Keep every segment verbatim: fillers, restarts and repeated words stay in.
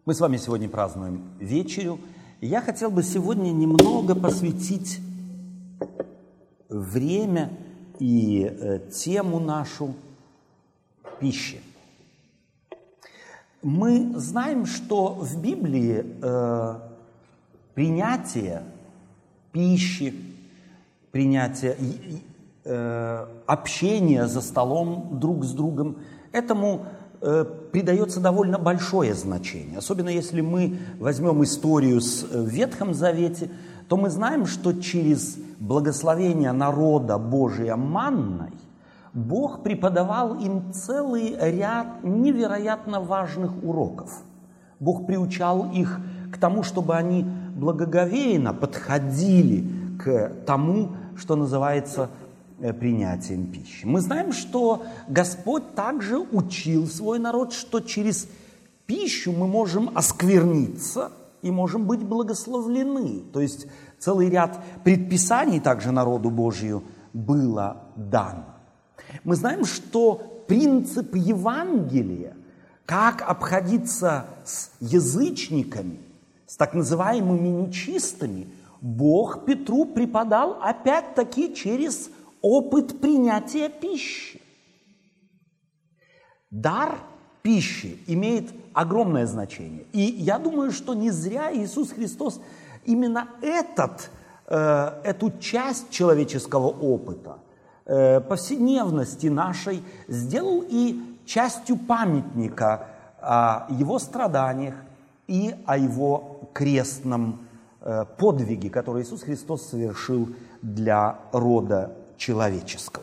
Мы с вами сегодня празднуем вечерю, и я хотел бы сегодня немного посвятить время и э, тему нашу пищи. Мы знаем, что в Библии э, принятие пищи, принятие э, общения за столом друг с другом, этому э, придается довольно большое значение. Особенно если мы возьмем историю с, в Ветхом Завете, то мы знаем, что через благословение народа Божия манной Бог преподавал им целый ряд невероятно важных уроков. Бог приучал их к тому, чтобы они благоговейно подходили к тому, что называется принятием пищи. Мы знаем, что Господь также учил свой народ, что через пищу мы можем оскверниться и можем быть благословлены. То есть целый ряд предписаний также народу Божию было дано. Мы знаем, что принцип Евангелия, как обходиться с язычниками, с так называемыми нечистыми, Бог Петру преподал опять-таки через опыт принятия пищи. Дар пищи имеет огромное значение. И я думаю, что не зря Иисус Христос именно этот, э, эту часть человеческого опыта, э, повседневности нашей сделал и частью памятника о его страданиях и о его крестном э, подвиге, который Иисус Христос совершил для рода человеческого.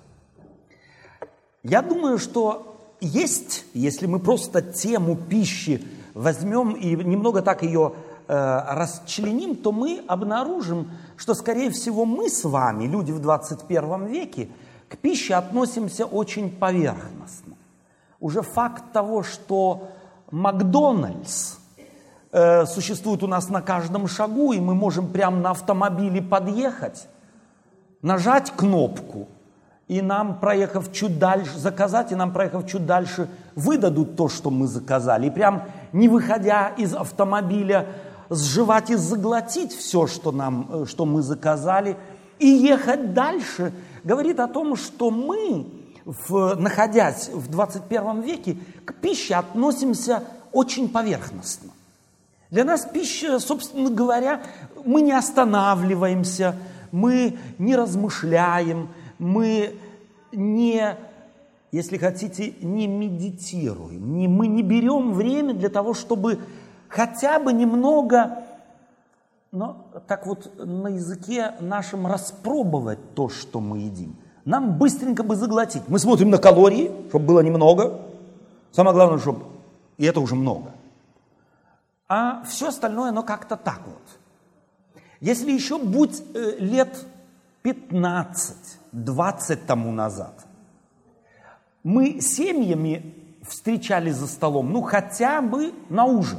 Я думаю, что есть, если мы просто тему пищи возьмем и немного так ее э, расчленим, то мы обнаружим, что, скорее всего, мы с вами, люди в двадцать первом веке, к пище относимся очень поверхностно. Уже факт того, что Макдональдс э, существует у нас на каждом шагу, и мы можем прямо на автомобиле подъехать, нажать кнопку, и нам, проехав чуть дальше, заказать, и нам, проехав чуть дальше, выдадут то, что мы заказали. И прям не выходя из автомобиля, сживать и заглотить все, что, нам, что мы заказали, и ехать дальше, говорит о том, что мы, в, находясь в двадцать первом веке, к пище относимся очень поверхностно. Для нас пища, собственно говоря, мы не останавливаемся, мы не размышляем, мы не, если хотите, не медитируем, не, мы не берем время для того, чтобы хотя бы немного, но так вот на языке нашем распробовать то, что мы едим. Нам быстренько бы заглотить. Мы смотрим на калории, чтобы было немного. Самое главное, чтобы... И это уже много. А все остальное, оно как-то так вот. Если еще будь э, лет пятнадцать-двадцать тому назад, мы семьями встречались за столом, ну хотя бы на ужин.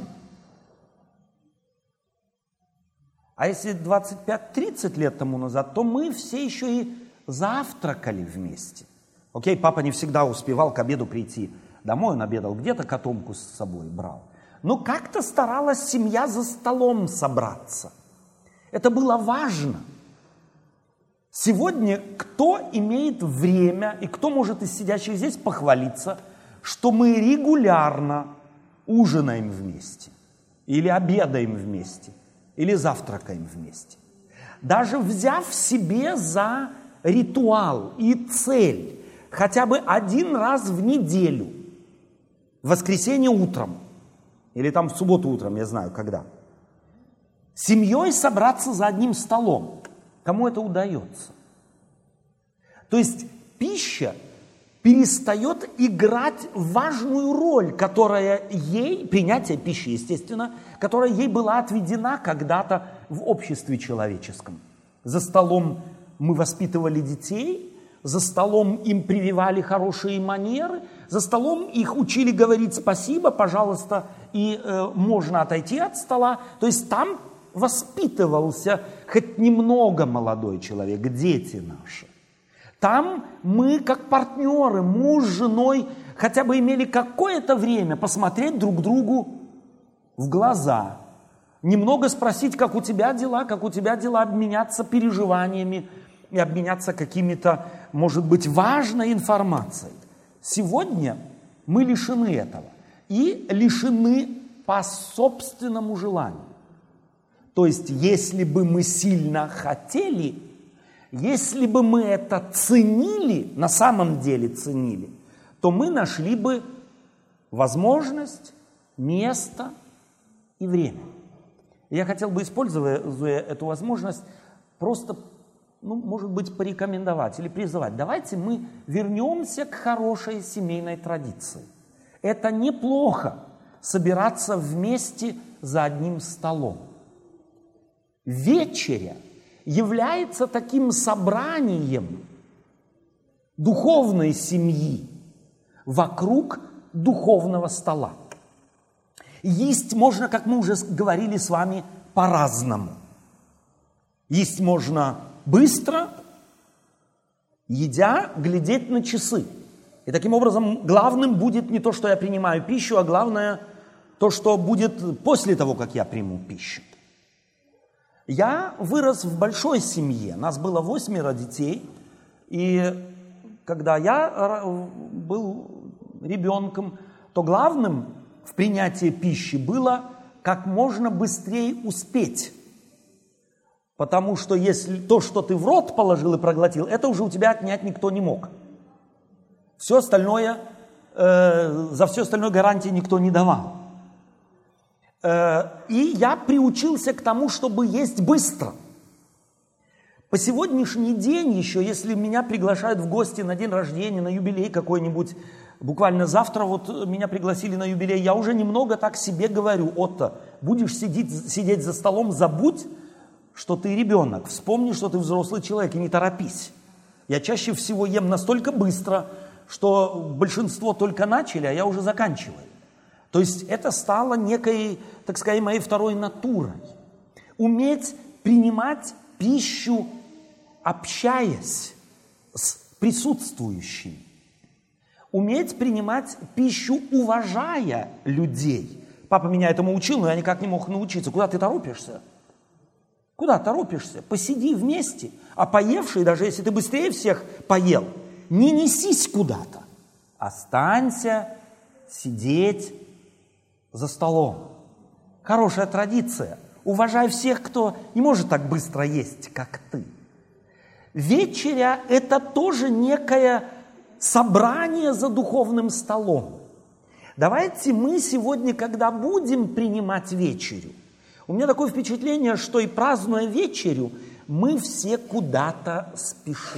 А если двадцать пять-тридцать лет тому назад, то мы все еще и завтракали вместе. Окей, папа не всегда успевал к обеду прийти домой, он обедал где-то, котомку с собой брал. Но как-то старалась семья за столом собраться. Это было важно. Сегодня кто имеет время и кто может из сидящих здесь похвалиться, что мы регулярно ужинаем вместе, или обедаем вместе, или завтракаем вместе. Даже взяв себе за ритуал и цель хотя бы один раз в неделю, в воскресенье утром, или там в субботу утром, я знаю когда, семьей собраться за одним столом. Кому это удается? То есть пища перестает играть важную роль, которая ей, принятие пищи, естественно, которая ей была отведена когда-то в обществе человеческом. За столом мы воспитывали детей, за столом им прививали хорошие манеры, за столом их учили говорить спасибо, пожалуйста, и э, можно отойти от стола. То есть там воспитывался хоть немного молодой человек, дети наши. Там мы, как партнеры, муж с женой, хотя бы имели какое-то время посмотреть друг другу в глаза, немного спросить, как у тебя дела, как у тебя дела, обменяться переживаниями и обменяться какими-то, может быть, важной информацией. Сегодня мы лишены этого и лишены по собственному желанию. То есть, если бы мы сильно хотели, если бы мы это ценили, на самом деле ценили, то мы нашли бы возможность, место и время. Я хотел бы, используя эту возможность, просто, ну, может быть, порекомендовать или призывать. Давайте мы вернемся к хорошей семейной традиции. Это неплохо собираться вместе за одним столом. Вечеря является таким собранием духовной семьи вокруг духовного стола. Есть можно, как мы уже говорили с вами, по-разному. Есть можно быстро, едя, глядеть на часы. И таким образом главным будет не то, что я принимаю пищу, а главное то, что будет после того, как я приму пищу. Я вырос в большой семье, нас было восьмеро детей, и когда я был ребенком, то главным в принятии пищи было как можно быстрее успеть. Потому что если то, что ты в рот положил и проглотил, это уже у тебя отнять никто не мог. Все остальное, э, за все остальное гарантии никто не давал. Э, и я приучился к тому, чтобы есть быстро. По сегодняшний день еще, если меня приглашают в гости на день рождения, на юбилей какой-нибудь, буквально завтра вот меня пригласили на юбилей, я уже немного так себе говорю: Отто, будешь сидеть, сидеть за столом, забудь, что ты ребенок, вспомни, что ты взрослый человек, и не торопись. Я чаще всего ем настолько быстро, что большинство только начали, а я уже заканчиваю. То есть это стало некой, так сказать, моей второй натурой. Уметь принимать пищу, общаясь с присутствующими. Уметь принимать пищу, уважая людей. Папа меня этому учил, но я никак не мог научиться. Куда ты торопишься? Куда торопишься? Посиди вместе. А поевший, даже если ты быстрее всех поел, не несись куда-то. Останься сидеть за столом. Хорошая традиция. Уважай всех, кто не может так быстро есть, как ты. Вечеря – это тоже некое собрание за духовным столом. Давайте мы сегодня, когда будем принимать вечерю, у меня такое впечатление, что и празднуя вечерю, мы все куда-то спешим.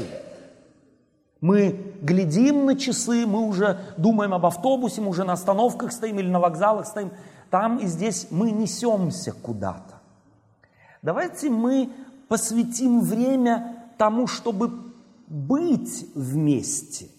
Мы глядим на часы, мы уже думаем об автобусе, мы уже на остановках стоим или на вокзалах стоим. Там и здесь мы несемся куда-то. Давайте мы посвятим время тому, чтобы быть вместе.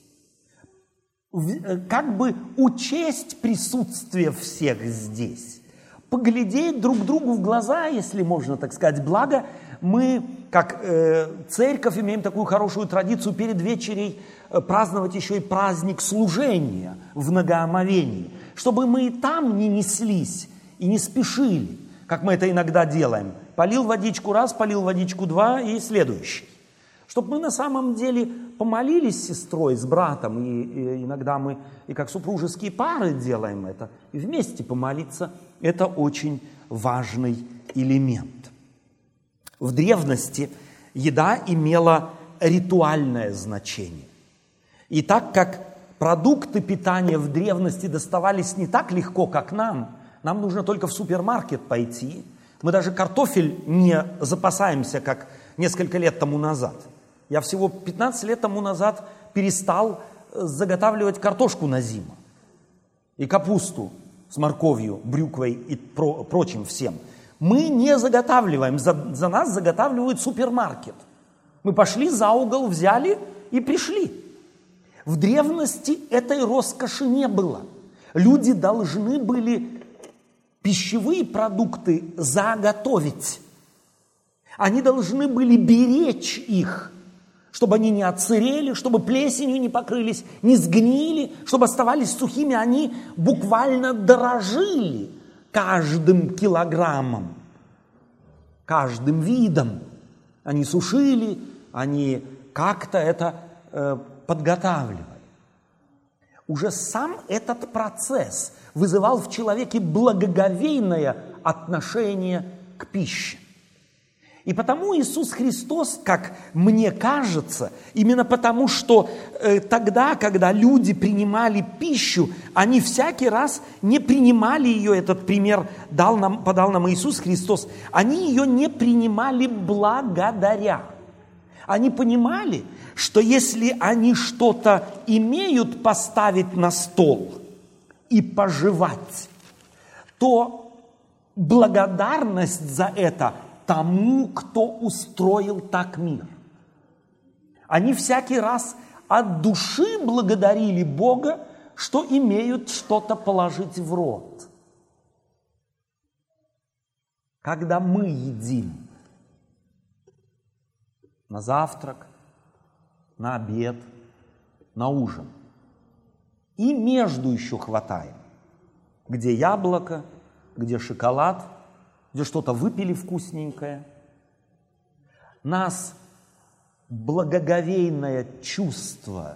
Как бы учесть присутствие всех здесь. Поглядеть друг другу в глаза, если можно так сказать. Благо, мы, как э, церковь, имеем такую хорошую традицию перед вечерей э, праздновать еще и праздник служения в многоомовении, чтобы мы и там не неслись и не спешили, как мы это иногда делаем. Полил водичку раз, полил водичку два и следующий. Чтобы мы на самом деле помолились с сестрой, с братом, и, и иногда мы и как супружеские пары делаем это, и вместе помолиться – это очень важный элемент. В древности еда имела ритуальное значение. И так как продукты питания в древности доставались не так легко, как нам, нам нужно только в супермаркет пойти. Мы даже картофель не запасаемся, как несколько лет тому назад. Я всего пятнадцать лет тому назад перестал заготавливать картошку на зиму. И капусту с морковью, брюквой и про, прочим всем. Мы не заготавливаем, за, за нас заготавливает супермаркет. Мы пошли за угол, взяли и пришли. В древности этой роскоши не было. Люди должны были пищевые продукты заготовить. Они должны были беречь их, чтобы они не отсырели, чтобы плесенью не покрылись, не сгнили, чтобы оставались сухими. Они буквально дорожили каждым килограммом, каждым видом. Они сушили, они как-то это э, подготавливали. Уже сам этот процесс вызывал в человеке благоговейное отношение к пище. И потому Иисус Христос, как мне кажется, именно потому, что э, тогда, когда люди принимали пищу, они всякий раз не принимали ее, этот пример дал нам, подал нам Иисус Христос, они ее не принимали благодаря. Они понимали, что если они что-то имеют поставить на стол и пожевать, то благодарность за это тому, кто устроил так мир. Они всякий раз от души благодарили Бога, что имеют что-то положить в рот. Когда мы едим на завтрак, на обед, на ужин, и между еще хватаем, где яблоко, где шоколад, где что-то выпили вкусненькое. Нас благоговейное чувство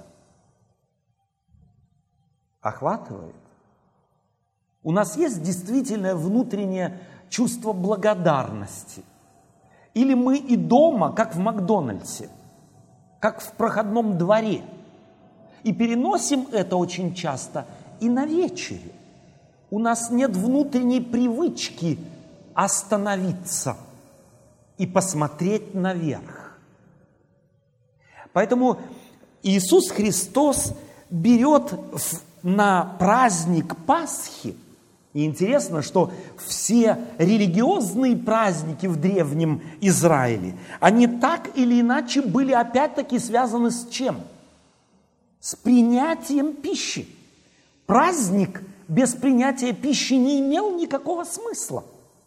охватывает. У нас есть действительное внутреннее чувство благодарности. Или мы и дома, как в Макдональдсе, как в проходном дворе, и переносим это очень часто и на вечере. У нас нет внутренней привычки остановиться и посмотреть наверх. Поэтому Иисус Христос берет на праздник Пасхи, и интересно, что все религиозные праздники в Древнем Израиле, они так или иначе были опять-таки связаны с чем? С принятием пищи. Праздник без принятия пищи не имел никакого смысла.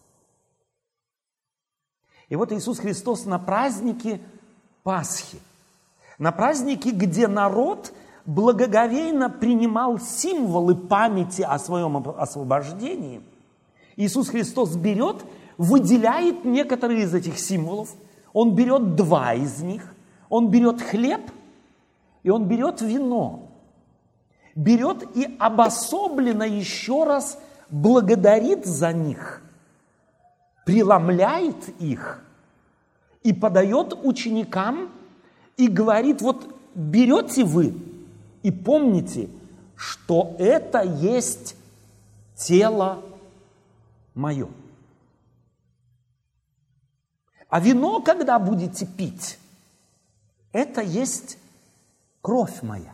И вот Иисус Христос на празднике Пасхи, на празднике, где народ благоговейно принимал символы памяти о своем освобождении, Иисус Христос берет, выделяет некоторые из этих символов, Он берет два из них, Он берет хлеб и Он берет вино, берет и обособленно еще раз благодарит за них, преломляет их и подает ученикам и говорит: вот берете вы и помните, что это есть тело мое. А вино, когда будете пить, это есть кровь моя.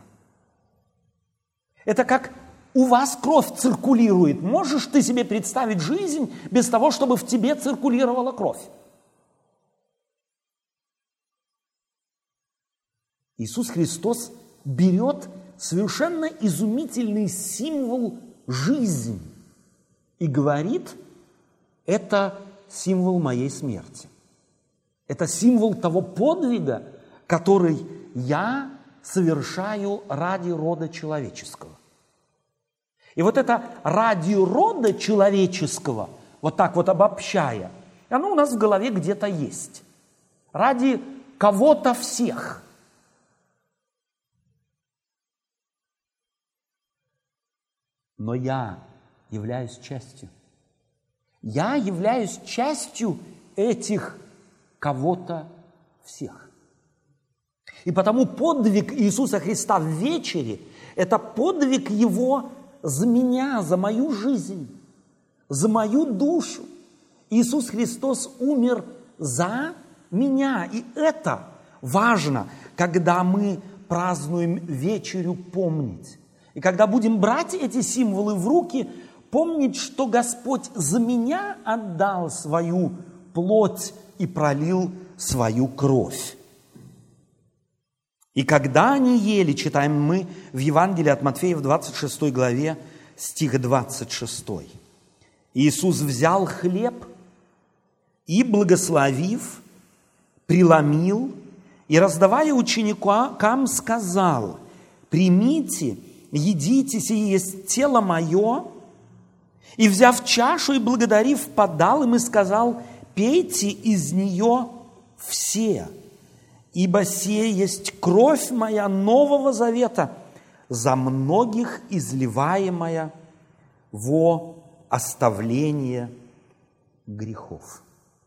Это как у вас кровь циркулирует. Можешь ты себе представить жизнь без того, чтобы в тебе циркулировала кровь? Иисус Христос берет совершенно изумительный символ жизни и говорит: это символ моей смерти. Это символ того подвига, который я совершаю ради рода человеческого. И вот это ради рода человеческого, вот так вот обобщая, оно у нас в голове где-то есть. Ради кого-то всех. Но я являюсь частью. Я являюсь частью этих кого-то всех. И потому подвиг Иисуса Христа в вечере – это подвиг Его за меня, за мою жизнь, за мою душу. Иисус Христос умер за меня. И это важно, когда мы празднуем вечерю, помнить. И когда будем брать эти символы в руки, помнить, что Господь за меня отдал свою плоть и пролил свою кровь. И когда они ели, читаем мы в Евангелии от Матфея в двадцать шестой главе, стих двадцать шестой. Иисус взял хлеб и, благословив, преломил и, раздавая ученикам, сказал: примите, едите, сие есть тело мое. И, взяв чашу и благодарив, подал им и сказал: пейте из нее все, ибо сие есть кровь моя нового завета, за многих изливаемая во оставление грехов.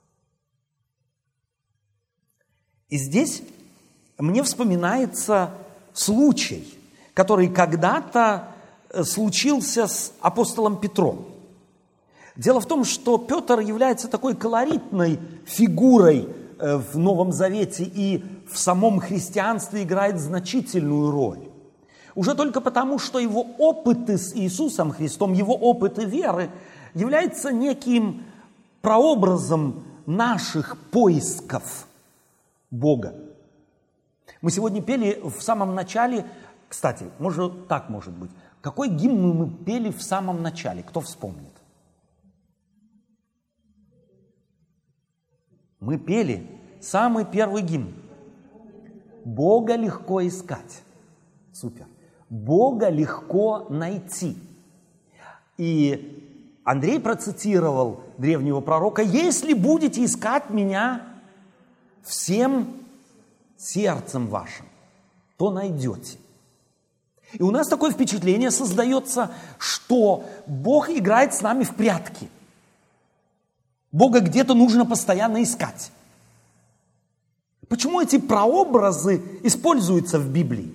И здесь мне вспоминается случай, который когда-то случился с апостолом Петром. Дело в том, что Петр является такой колоритной фигурой в Новом Завете и в самом христианстве играет значительную роль. Уже только потому, что его опыты с Иисусом Христом, его опыты веры являются неким прообразом наших поисков Бога. Мы сегодня пели в самом начале, кстати, может, так может быть, какой гимн мы пели в самом начале, кто вспомнит? Мы пели самый первый гимн. Бога легко искать. Супер. Бога легко найти. И Андрей процитировал древнего пророка: «Если будете искать меня всем сердцем вашим, то найдете». И у нас такое впечатление создается, что Бог играет с нами в прятки. Бога где-то нужно постоянно искать. Почему эти прообразы используются в Библии?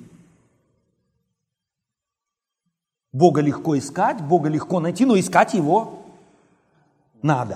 Бога легко искать, Бога легко найти, но искать Его надо.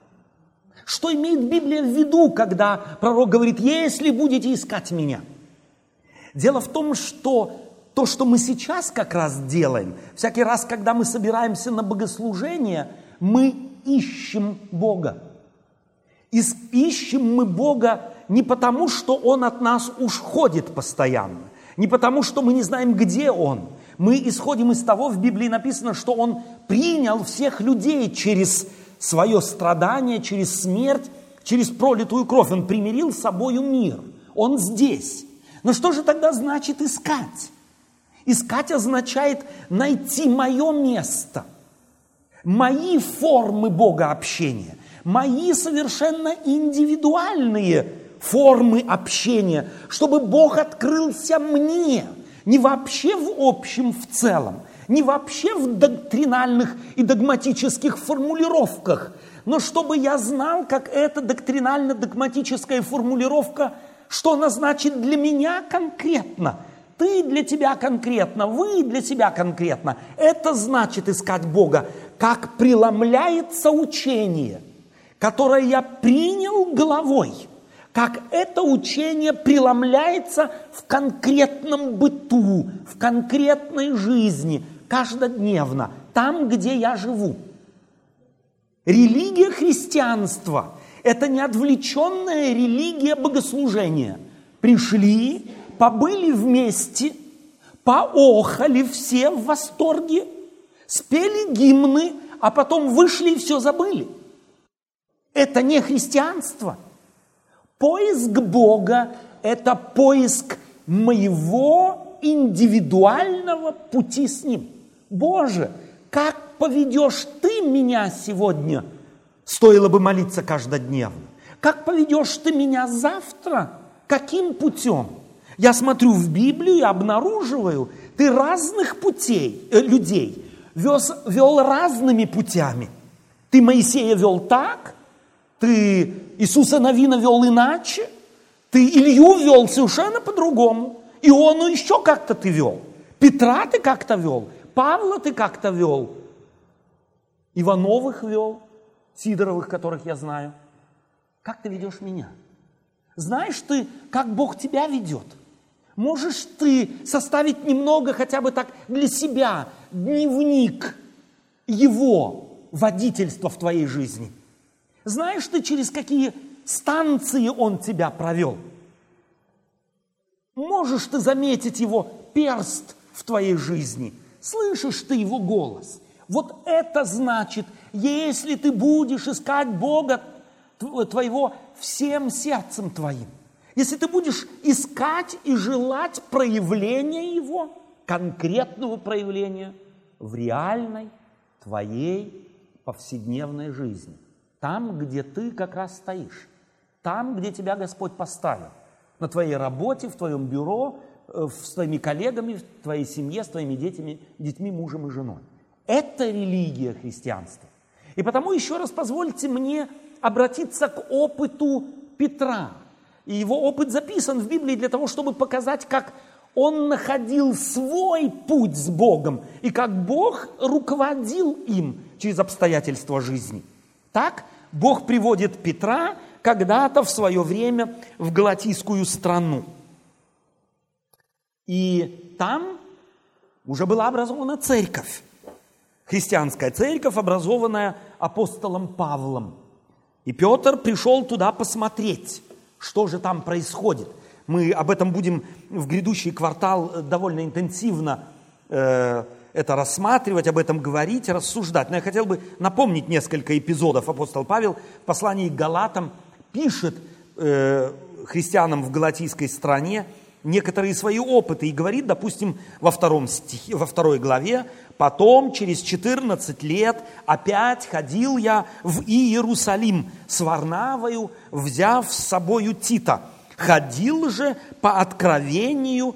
Что имеет Библия в виду, когда пророк говорит: «Если будете искать меня»? Дело в том, что то, что мы сейчас как раз делаем, всякий раз, когда мы собираемся на богослужение, мы ищем Бога. И ищем мы Бога не потому, что Он от нас уходит постоянно, не потому, что мы не знаем, где Он. Мы исходим из того, в Библии написано, что Он принял всех людей через свое страдание, через смерть, через пролитую кровь. Он примирил с собою мир. Он здесь. Но что же тогда значит искать? Искать означает найти мое место, мои формы Бога общения, мои совершенно индивидуальные формы общения, чтобы Бог открылся мне, не вообще в общем, в целом, не вообще в доктринальных и догматических формулировках, но чтобы я знал, как эта доктринально-догматическая формулировка, что она значит для меня конкретно. Ты для тебя конкретно, вы для себя конкретно. Это значит искать Бога, как преломляется учение, которое я принял головой, как это учение преломляется в конкретном быту, в конкретной жизни, каждодневно, там, где я живу. Религия христианства – это не отвлеченная религия богослужения. Пришли, побыли вместе, поохали все в восторге, спели гимны, а потом вышли и все забыли. Это не христианство. Поиск Бога – это поиск моего индивидуального пути с Ним. Боже, как поведешь Ты меня сегодня? Стоило бы молиться каждодневно. Как поведешь Ты меня завтра? Каким путем? Я смотрю в Библию и обнаруживаю, Ты разных путей, э, людей вез, вел разными путями. Ты Моисея вел так, Ты Иисуса Навина вел иначе, Ты Илью вел совершенно по-другому, Иону еще как-то Ты вел, Петра Ты как-то вел, Павла Ты как-то вел, Ивановых вел, Сидоровых, которых я знаю. Как Ты ведешь меня? Знаешь Ты, как Бог тебя ведет? Можешь Ты составить немного, хотя бы так для себя, дневник Его водительства в твоей жизни? Знаешь Ты, через какие станции Он тебя провел? Можешь Ты заметить Его перст в твоей жизни? Слышишь Ты Его голос? Вот это значит, если ты будешь искать Бога твоего всем сердцем твоим, если ты будешь искать и желать проявления Его, конкретного проявления в реальной твоей повседневной жизни. Там, где ты как раз стоишь. Там, где тебя Господь поставил. На твоей работе, в твоем бюро, с твоими коллегами, в твоей семье, с твоими детьми, детьми, мужем и женой. Это религия христианства. И потому еще раз позвольте мне обратиться к опыту Петра. И его опыт записан в Библии для того, чтобы показать, как он находил свой путь с Богом и как Бог руководил им через обстоятельства жизни. Так Бог приводит Петра когда-то в свое время в галатийскую страну. И там уже была образована церковь. Христианская церковь, образованная апостолом Павлом. И Петр пришел туда посмотреть, что же там происходит. Мы об этом будем в грядущий квартал довольно интенсивно э, это рассматривать, об этом говорить, рассуждать. Но я хотел бы напомнить несколько эпизодов. Апостол Павел в послании к Галатам пишет э, христианам в галатийской стране некоторые свои опыты и говорит, допустим, во, втором стихе, во второй главе: «Потом, через четырнадцать лет, опять ходил я в Иерусалим с Варнавою, взяв с собою Тита. Ходил же по откровению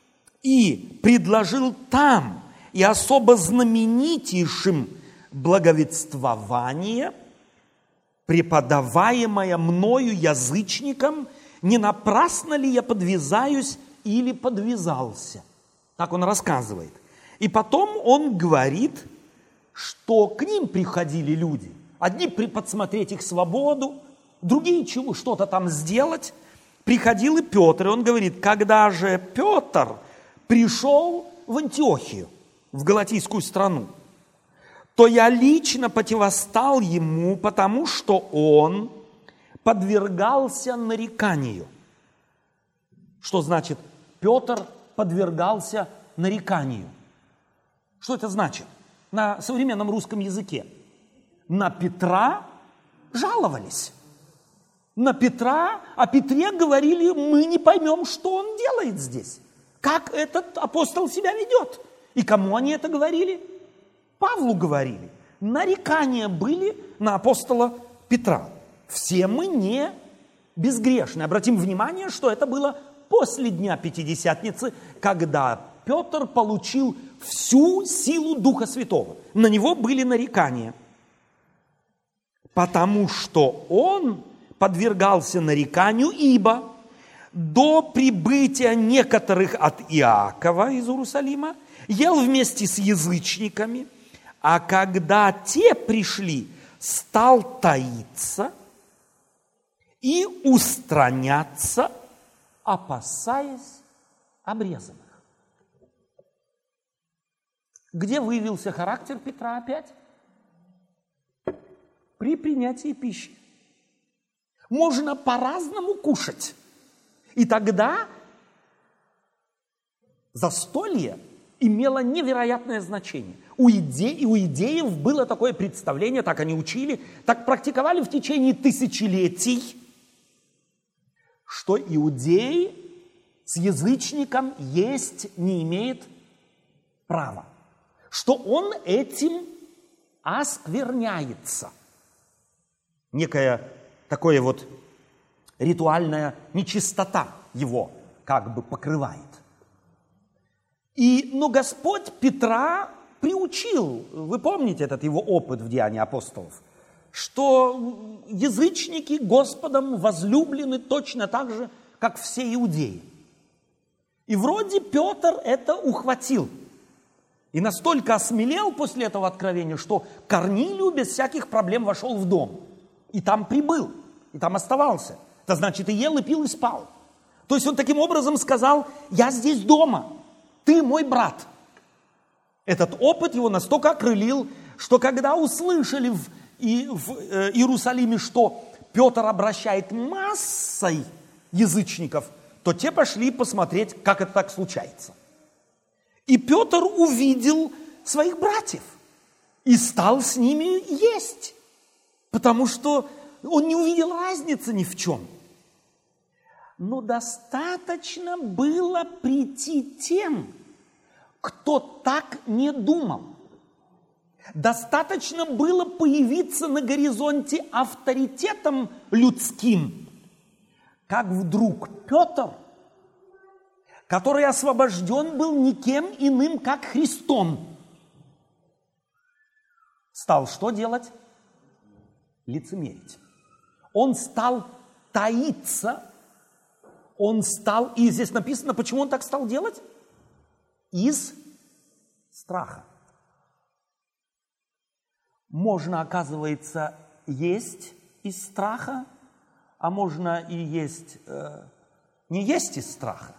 и предложил там и особо знаменитейшим благовествование, преподаваемое мною язычникам, не напрасно ли я подвязаюсь или подвязался?» Так он рассказывает. И потом он говорит, что к ним приходили люди. Одни подсмотреть их свободу, другие чего, что-то там сделать. Приходил и Петр, и он говорит: когда же Петр пришел в Антиохию, в галатийскую страну, то я лично противостал ему, потому что он подвергался нареканию. Что значит Петр подвергался нареканию? Что это значит на современном русском языке? На Петра жаловались. На Петра, о Петре говорили: мы не поймем, что он делает здесь. Как этот апостол себя ведет. И кому они это говорили? Павлу говорили. Нарекания были на апостола Петра. Все мы не безгрешны. Обратим внимание, что это было после Дня Пятидесятницы, когда Петр получил всю силу Духа Святого. На него были нарекания. Потому что он подвергался нареканию, ибо до прибытия некоторых от Иакова из Иерусалима ел вместе с язычниками, а когда те пришли, стал таиться и устраняться, опасаясь обрезанных. Где выявился характер Петра опять? При принятии пищи. Можно по-разному кушать. И тогда застолье имело невероятное значение. У, иде... у идеев было такое представление, так они учили, так практиковали в течение тысячелетий, что иудей с язычником есть не имеет права. Что он этим оскверняется. Некая такое вот ритуальная нечистота его как бы покрывает. И, но Господь Петра приучил, вы помните этот его опыт в Деянии апостолов, что язычники Господом возлюблены точно так же, как все иудеи. И вроде Петр это ухватил. И настолько осмелел после этого откровения, что к Корнилию без всяких проблем вошел в дом. И там прибыл, и там оставался. Это значит, и ел, и пил, и спал. То есть он таким образом сказал: я здесь дома, ты мой брат. Этот опыт его настолько окрылил, что когда услышали в, и, в э, Иерусалиме, что Петр обращает массой язычников, то те пошли посмотреть, как это так случается. И Петр увидел своих братьев и стал с ними есть, потому что он не увидел разницы ни в чем. Но достаточно было прийти тем, кто так не думал. Достаточно было появиться на горизонте авторитетом людским, как вдруг Петр, который освобожден был никем иным, как Христом, стал что делать? Лицемерить. Он стал таиться, он стал, и здесь написано, почему он так стал делать? Из страха. Можно, оказывается, есть из страха, а можно и есть, э, не есть из страха.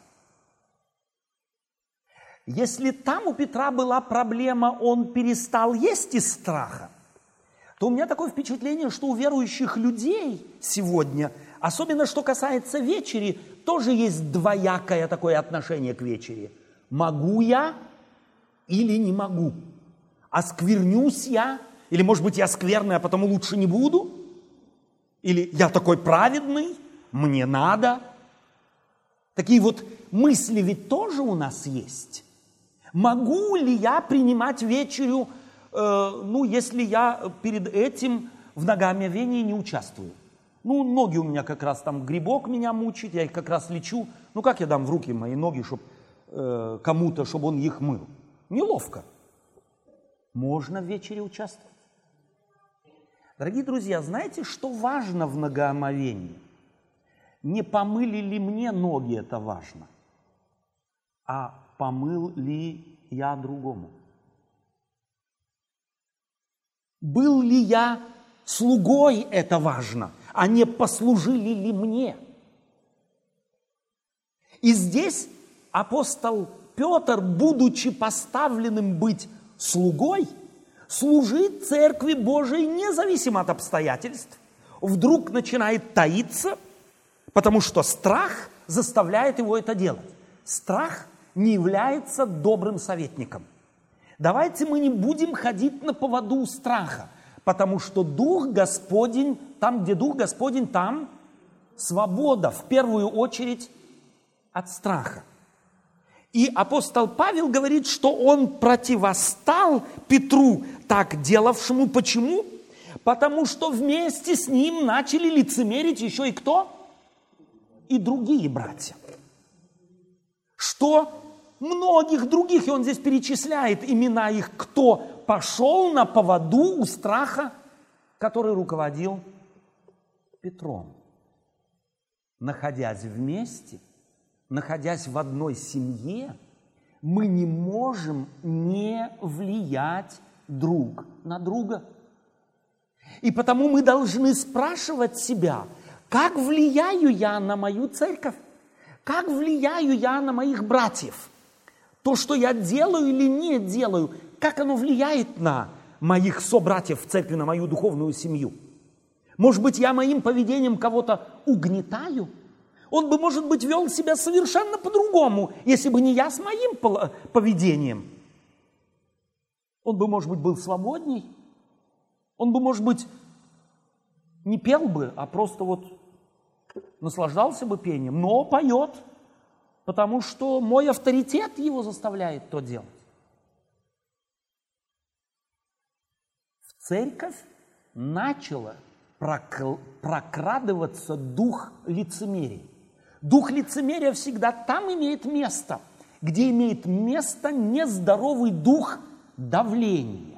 Если там у Петра была проблема, он перестал есть из страха, то у меня такое впечатление, что у верующих людей сегодня, особенно что касается вечери, тоже есть двоякое такое отношение к вечере. Могу я или не могу? Осквернюсь я? Или, может быть, я скверный, а потому лучше не буду? Или я такой праведный, мне надо? Такие вот мысли ведь тоже у нас есть. Могу ли я принимать вечерю, э, ну, если я перед этим в ногоомовении не участвую? Ну, ноги у меня как раз там, грибок меня мучит, я их как раз лечу. Ну, как я дам в руки мои ноги, чтобы э, кому-то, чтобы он их мыл? Неловко. Можно в вечере участвовать. Дорогие друзья, знаете, что важно в ногоомовении? Не помыли ли мне ноги, это важно, а помыл ли я другому? Был ли я слугой, это важно, а не послужили ли мне? И здесь апостол Петр, будучи поставленным быть слугой, служит Церкви Божией независимо от обстоятельств, вдруг начинает таиться, потому что страх заставляет его это делать. Страх не является добрым советником. Давайте мы не будем ходить на поводу у страха, потому что Дух Господень, там, где Дух Господень, там свобода, в первую очередь, от страха. И апостол Павел говорит, что он противостал Петру, так делавшему. Почему? Потому что вместе с ним начали лицемерить еще и кто? И другие братья. Что многих других, и он здесь перечисляет имена их, кто пошел на поводу у страха, который руководил Петром. Находясь вместе, находясь в одной семье, мы не можем не влиять друг на друга. И потому мы должны спрашивать себя, как влияю я на мою церковь? Как влияю я на моих братьев? То, что я делаю или не делаю, как оно влияет на моих собратьев в церкви, на мою духовную семью? Может быть, я моим поведением кого-то угнетаю? Он бы, может быть, вел себя совершенно по-другому, если бы не я с моим поведением. Он бы, может быть, был свободней. Он бы, может быть, не пел бы, а просто вот наслаждался бы пением, но поет, потому что мой авторитет его заставляет то делать. В церковь начало прокрадываться дух лицемерия. Дух лицемерия всегда там имеет место, где имеет место нездоровый дух давления.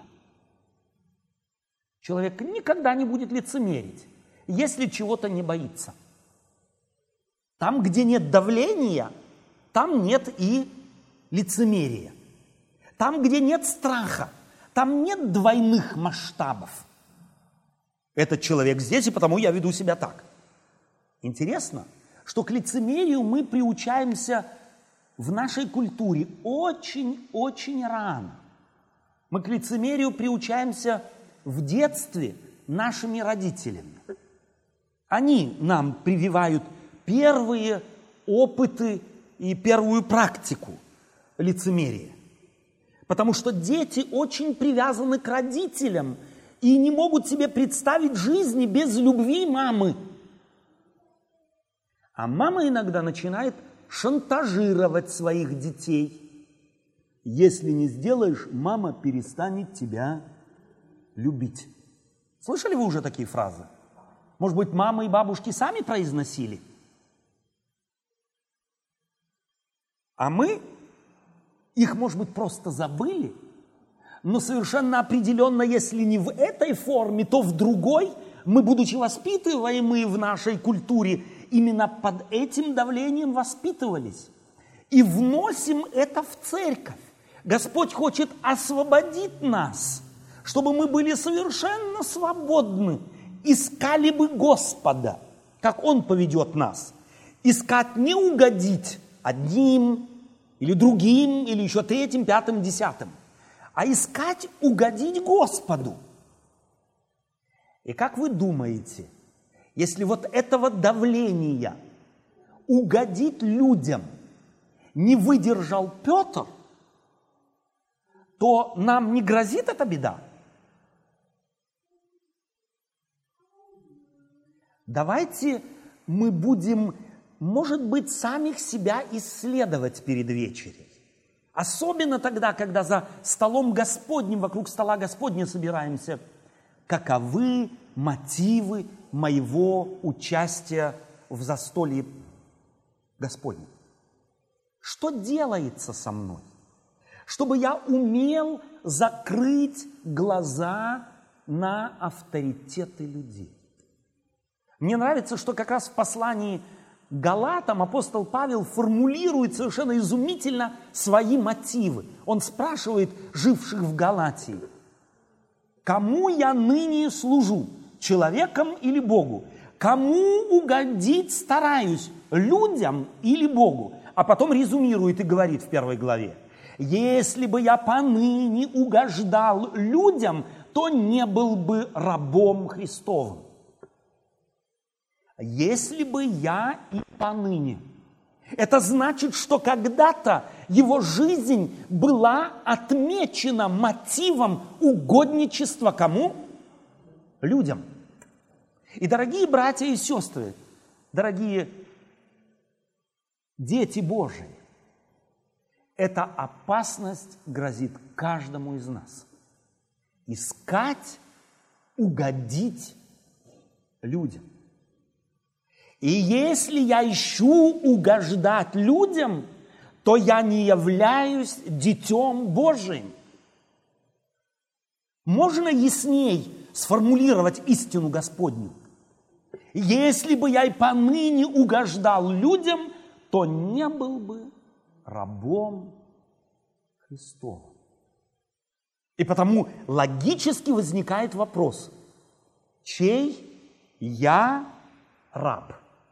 Человек никогда не будет лицемерить, если чего-то не боится. Там, где нет давления, там нет и лицемерия. Там, где нет страха, там нет двойных масштабов. Этот человек здесь, и потому я веду себя так. Интересно, что к лицемерию мы приучаемся в нашей культуре очень-очень рано. Мы к лицемерию приучаемся в детстве нашими родителями. Они нам прививают первые опыты и первую практику лицемерия. Потому что дети очень привязаны к родителям и не могут себе представить жизни без любви мамы. А мама иногда начинает шантажировать своих детей. Если не сделаешь, мама перестанет тебя любить. Слышали вы уже такие фразы? Может быть, мамы и бабушки сами произносили? А мы их, может быть, просто забыли, но совершенно определенно, если не в этой форме, то в другой, мы, будучи воспитываемые в нашей культуре, именно под этим давлением воспитывались. И вносим это в церковь. Господь хочет освободить нас, чтобы мы были совершенно свободны, искали бы Господа, как Он поведет нас. Искать не угодить одним или другим, или еще третьим, пятым, десятым, а искать угодить Господу. И как вы думаете, если вот этого давления угодить людям не выдержал Петр, то нам не грозит эта беда? Давайте мы будем, может быть, самих себя исследовать перед вечерей. Особенно тогда, когда за столом Господним, вокруг стола Господня собираемся. Каковы мотивы моего участия в застолье Господнем? Что делается со мной? Чтобы я умел закрыть глаза на авторитеты людей. Мне нравится, что как раз в послании к Галатам апостол Павел формулирует совершенно изумительно свои мотивы. Он спрашивает живших в Галатии: кому я ныне служу, человеком или Богу? Кому угодить стараюсь, людям или Богу? А потом резюмирует и говорит в первой главе: если бы я поныне угождал людям, то не был бы рабом Христовым. Если бы я и поныне. Это значит, что когда-то его жизнь была отмечена мотивом угодничества кому? Людям. И, дорогие братья и сестры, дорогие дети Божии, эта опасность грозит каждому из нас. Искать, угодить людям. И если я ищу угождать людям, то я не являюсь детем Божиим. Можно ясней сформулировать истину Господню? Если бы я и поныне угождал людям, то не был бы рабом Христовым. И потому логически возникает вопрос: чей я раб?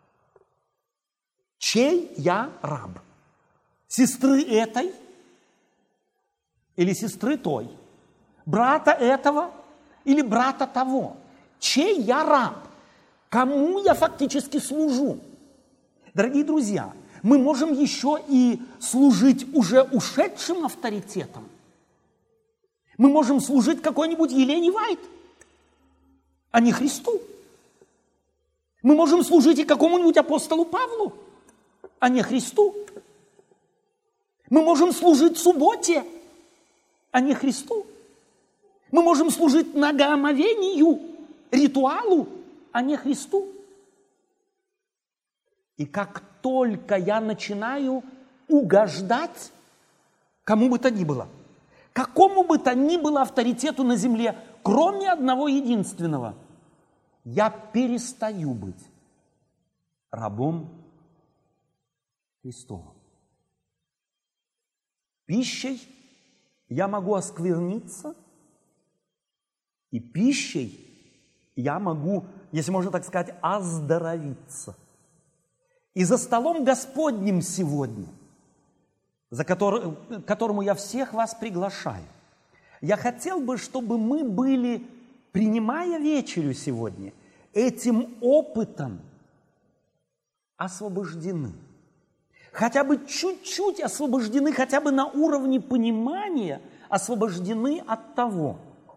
Чей я раб? Сестры этой или сестры той? Брата этого или брата того? Чей я раб? Кому я фактически служу? Дорогие друзья, мы можем еще и служить уже ушедшим авторитетом. Мы можем служить какой-нибудь Елене Вайт, а не Христу. Мы можем служить и какому-нибудь апостолу Павлу, а не Христу. Мы можем служить субботе, а не Христу. Мы можем служить многоомовению, ритуалу, а не Христу. И как только я начинаю угождать кому бы то ни было, какому бы то ни было авторитету на земле, кроме одного единственного, я перестаю быть рабом Христовым. Пищей я могу оскверниться, и пищей я могу, если можно так сказать, оздоровиться. И за столом Господним сегодня, за который, к которому я всех вас приглашаю, я хотел бы, чтобы мы были, принимая вечерю сегодня, этим опытом освобождены. Хотя бы чуть-чуть освобождены, хотя бы на уровне понимания освобождены от того,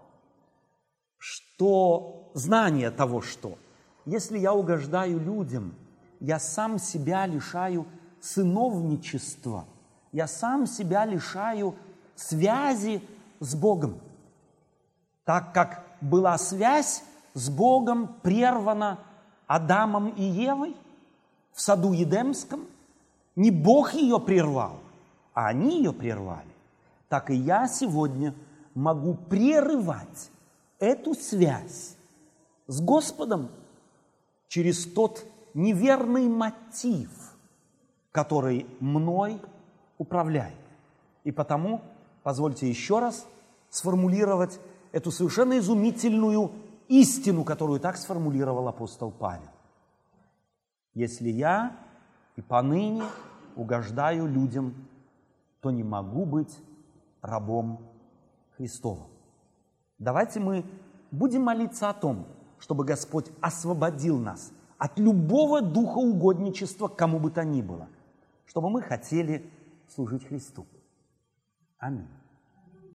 что знание того, что если я угождаю людям, я сам себя лишаю сыновничества, я сам себя лишаю связи с Богом. Так как была связь с Богом прервана Адамом и Евой в саду Едемском. Не Бог ее прервал, а они ее прервали. Так и я сегодня могу прерывать эту связь с Господом через тот неверный мотив, который мной управляет. И потому позвольте еще раз сформулировать эту совершенно изумительную истину, которую так сформулировал апостол Павел. Если я и поныне угождаю людям, то не могу быть рабом Христовым. Давайте мы будем молиться о том, чтобы Господь освободил нас от любого духа угодничества, кому бы то ни было, чтобы мы хотели служить Христу. Аминь.